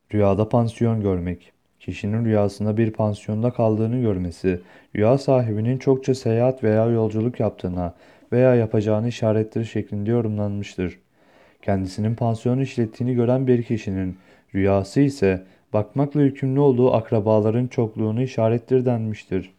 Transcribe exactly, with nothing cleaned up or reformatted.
Rüyada pansiyon görmek. Kişinin rüyasında bir pansiyonda kaldığını görmesi, rüya sahibinin çokça seyahat veya yolculuk yaptığına veya yapacağını işaretleri şeklinde yorumlanmıştır. Kendisinin pansiyon işlettiğini gören bir kişinin rüyası ise bakmakla yükümlü olduğu akrabaların çokluğunu işarettir denmiştir.